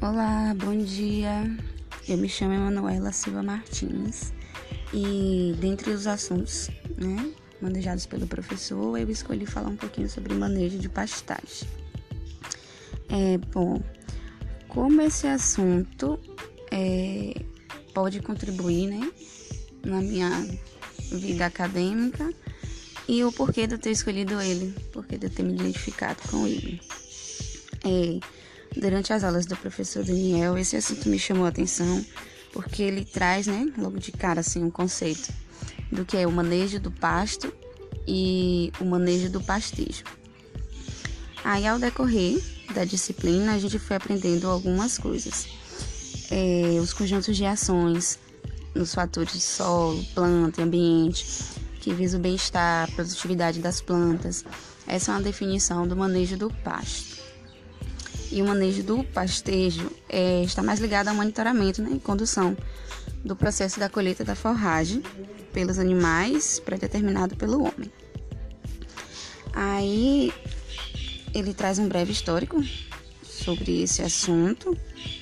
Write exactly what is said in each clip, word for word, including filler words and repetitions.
Olá, bom dia. Eu me chamo Emanuela Silva Martins e dentre os assuntos, né, manejados pelo professor, eu escolhi falar um pouquinho sobre manejo de pastagem. É, bom, como esse assunto é, pode contribuir, né, na minha vida acadêmica e o porquê de eu ter escolhido ele, porquê de eu ter me identificado com ele. É, Durante as aulas do professor Daniel, esse assunto me chamou a atenção porque ele traz, né, logo de cara, assim, um conceito do que é o manejo do pasto e o manejo do pastejo. Aí, ao decorrer da disciplina, a gente foi aprendendo algumas coisas. É, os conjuntos de ações nos fatores de solo, planta e ambiente, que visam o bem-estar, a produtividade das plantas. Essa é uma definição do manejo do pasto. E o manejo do pastejo é, está mais ligado ao monitoramento, né, e condução do processo da colheita da forragem pelos animais, pré-determinado pelo homem. Aí ele traz um breve histórico sobre esse assunto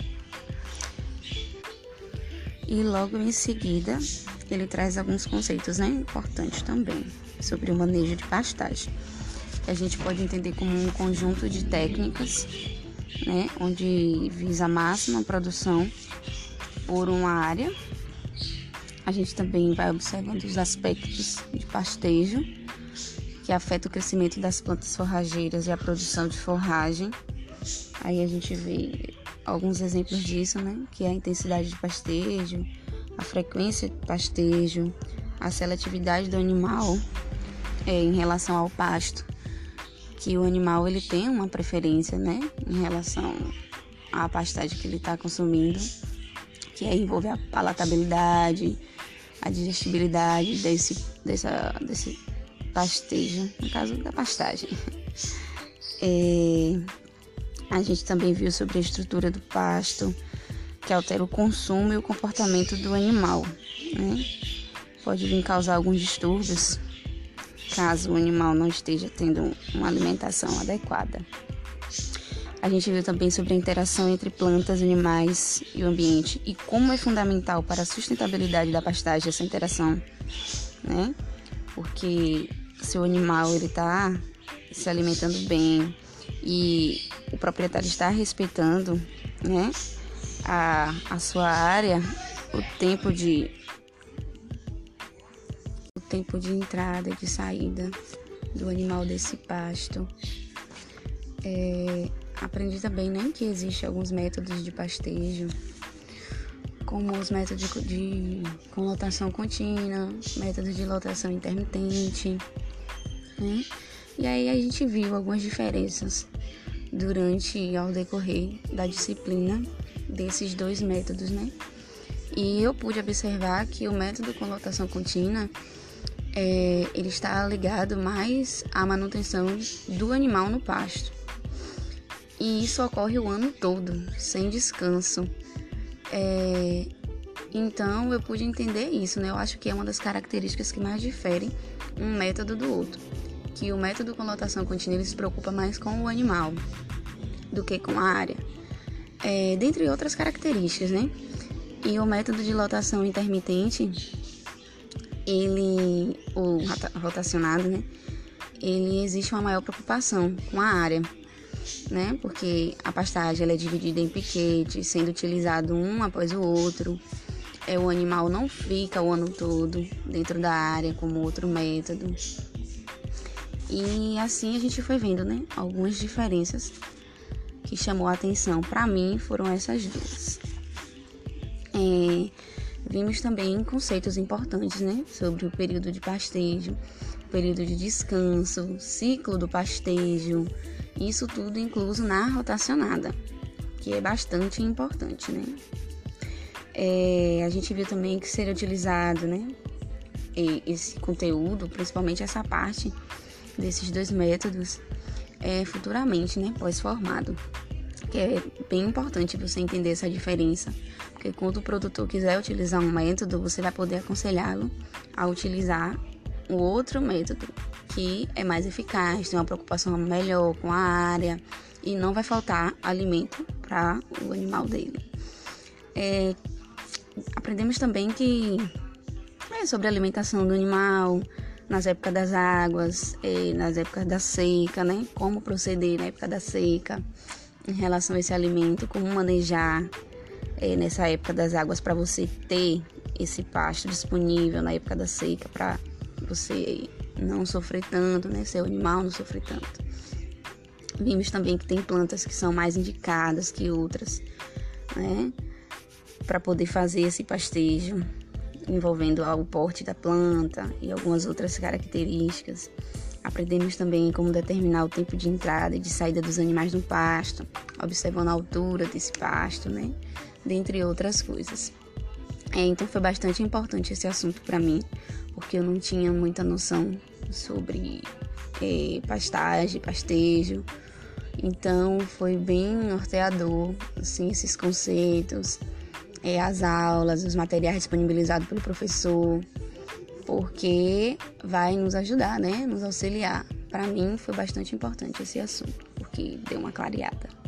e logo em seguida ele traz alguns conceitos, né, importantes também sobre o manejo de pastagem. A gente pode entender como um conjunto de técnicas, né, onde visa a máxima produção por uma área. A gente também vai observando os aspectos de pastejo, que afeta o crescimento das plantas forrageiras e a produção de forragem. Aí a gente vê alguns exemplos disso, né, que é a intensidade de pastejo, a frequência de pastejo, a seletividade do animal é, em relação ao pasto, que o animal ele tem uma preferência, né, em relação à pastagem que ele está consumindo, que aí envolve a palatabilidade, a digestibilidade desse, dessa, desse pastejo, no caso da pastagem. É, a gente também viu sobre a estrutura do pasto, que altera o consumo e o comportamento do animal, né? Pode vir causar alguns distúrbios caso o animal não esteja tendo uma alimentação adequada. A gente viu também sobre a interação entre plantas, animais e o ambiente e como é fundamental para a sustentabilidade da pastagem essa interação, né? Porque se o animal ele está se alimentando bem e o proprietário está respeitando, né, a, a sua área, o tempo de tempo de entrada e de saída do animal desse pasto. É, aprendi também, né, que existem alguns métodos de pastejo, como os métodos de, de com lotação contínua, métodos de lotação intermitente, né? E aí a gente viu algumas diferenças durante, ao decorrer da disciplina desses dois métodos, né? E eu pude observar que o método com lotação contínua É, ele está ligado mais à manutenção do animal no pasto. E isso ocorre o ano todo, sem descanso. É, então, eu pude entender isso, né? Eu acho que é uma das características que mais diferem um método do outro. Que o método com lotação contínua ele se preocupa mais com o animal do que com a área. É, dentre outras características, né? E o método de lotação intermitente, ele, o rotacionado, né, ele existe uma maior preocupação com a área, né, porque a pastagem ela é dividida em piquetes, sendo utilizado um após o outro, é, o animal não fica o ano todo dentro da área como outro método, e assim a gente foi vendo, né, algumas diferenças que chamou a atenção. Para mim foram essas duas. É, Vimos também conceitos importantes, né, sobre o período de pastejo, período de descanso, ciclo do pastejo, isso tudo incluso na rotacionada, que é bastante importante, né. É, a gente viu também que seria utilizado, né, esse conteúdo, principalmente essa parte desses dois métodos, é, futuramente, né, pós-formado, que é bem importante você entender essa diferença, porque quando o produtor quiser utilizar um método, você vai poder aconselhá-lo a utilizar o outro método, que é mais eficaz, tem uma preocupação melhor com a área e não vai faltar alimento para o animal dele. É, aprendemos também que é sobre a alimentação do animal nas épocas das águas, é, nas épocas da seca, né? Como proceder na época da seca em relação a esse alimento, como manejar é, nessa época das águas para você ter esse pasto disponível na época da seca, para você não sofrer tanto, né? Seu animal não sofrer tanto. Vimos também que tem plantas que são mais indicadas que outras, né? Para poder fazer esse pastejo, envolvendo o porte da planta e algumas outras características. Aprendemos também como determinar o tempo de entrada e de saída dos animais no pasto, observando a altura desse pasto, né? Dentre outras coisas. É, então foi bastante importante esse assunto para mim, porque eu não tinha muita noção sobre é, pastagem, pastejo. Então foi bem norteador, assim, esses conceitos, é, as aulas, os materiais disponibilizados pelo professor, porque vai nos ajudar, né? Nos auxiliar. Para mim foi bastante importante esse assunto, porque deu uma clareada.